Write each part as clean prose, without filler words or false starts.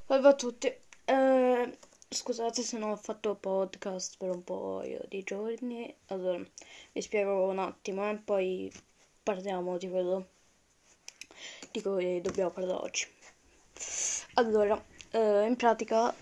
Salve a tutti. Scusate se non ho fatto podcast per un paio di giorni. Allora, vi spiego un attimo e poi parliamo di quello di cui dobbiamo parlare oggi. Allora, in pratica,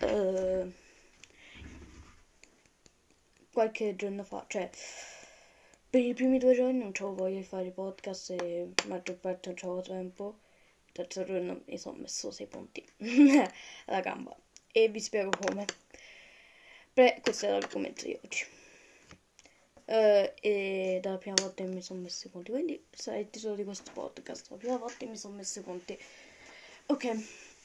qualche giorno fa, cioè, per i primi 2 giorni non c'avevo voglia di fare i podcast e la maggior parte non c'avevo tempo. Il terzo giorno mi sono messo 6 punti alla gamba e vi spiego come. Questo è l'argomento di oggi. E dalla prima volta che mi sono messo i punti, quindi sarà il titolo di questo podcast. La prima volta che mi sono messo i punti. Ok,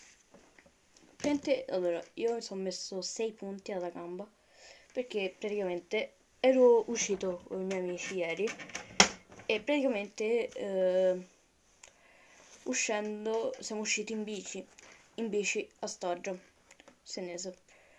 allora io mi sono messo 6 punti alla gamba perché praticamente ero uscito con i miei amici ieri e praticamente uscendo siamo usciti in bici a Stoggia Senese.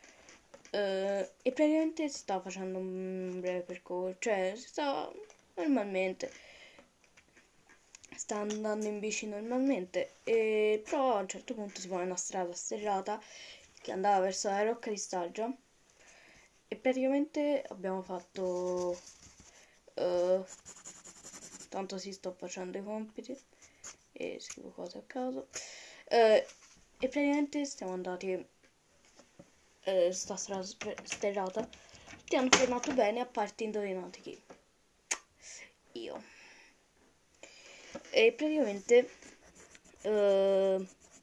E praticamente si stava facendo un breve percorso, cioè si stava normalmente, sta andando in bici normalmente, però a un certo punto si pone una strada sterrata che andava verso la Rocca di Staggia e praticamente abbiamo fatto, eh, tanto si sto facendo i compiti e scrivo cose a caso, e praticamente siamo andati sta strada sterrata, ti hanno fermato bene a parte indovinate chi? Io. E praticamente eh,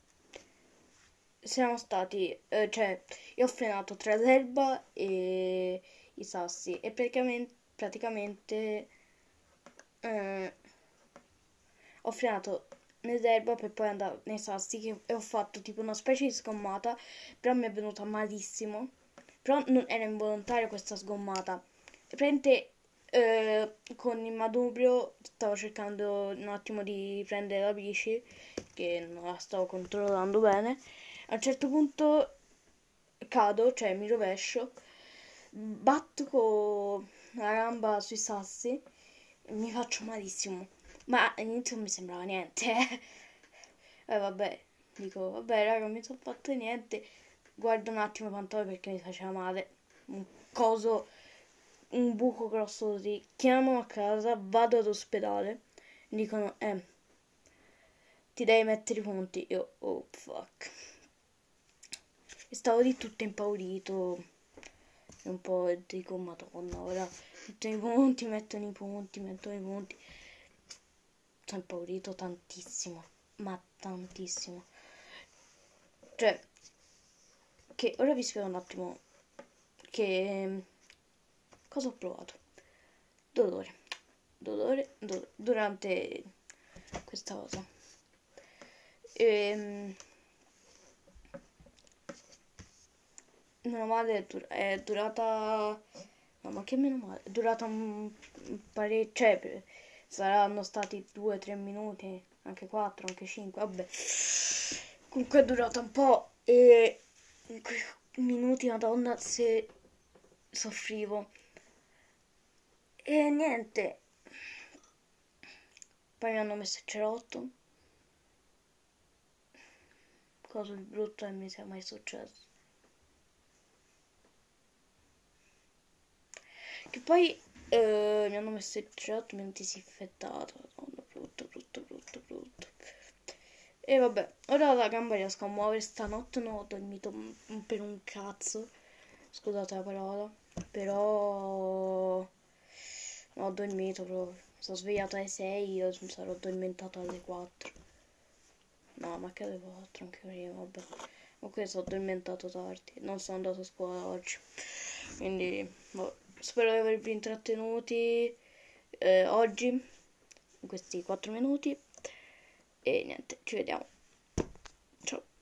siamo stati, cioè io ho frenato tra l'erba e i sassi e praticamente eh, ho frenato nell'erba per poi andare nei sassi e ho fatto tipo una specie di sgommata, però mi è venuta malissimo. Però non era involontaria questa sgommata. E praticamente con il manubrio stavo cercando un attimo di prendere la bici, che non la stavo controllando bene. A un certo punto cado, cioè mi rovescio, batto con la gamba sui sassi e mi faccio malissimo. Ma all'inizio non mi sembrava niente. Vabbè, dico, vabbè raga, mi sono fatto niente. Guardo un attimo i pantaloni perché mi faceva male. Un coso, un buco grosso così. Chiamo a casa, vado all'ospedale. Dicono, ti devi mettere i punti. Io, oh fuck. E stavo lì tutto impaurito. E un po' dico, madonna, ora mettono i punti, mettono i punti, mettono i punti. Sono impaurito tantissimo, ma tantissimo. Cioè, che ora vi spiego un attimo che cosa ho provato. Dolore, dolore durante questa cosa. Ehm, Meno male è durata. No, ma che meno male? È durata un parecchio. Cioè, saranno stati 2-3 minuti, anche 4, anche 5. Vabbè. Comunque è durata un po'. E in quei minuti, madonna, se soffrivo. E niente. Poi mi hanno messo il cerotto. Cosa di brutto che mi sia mai successo. Che poi mi hanno messo il cerotto, mi hanno disinfettato. Madonna, brutto, brutto, brutto, brutto. E vabbè, ora la gamba riesco a muovere. Stanotte non ho dormito per un cazzo. Scusate la parola. Però non ho dormito proprio. Sono svegliato alle 6, io mi sarò addormentato alle 4. No, ma che alle 4, anche prima, vabbè. Comunque sono addormentato tardi. Non sono andato a scuola oggi. Quindi, vabbè. Spero di avervi intrattenuti oggi, in questi 4 minuti. E niente, ci vediamo. Ciao.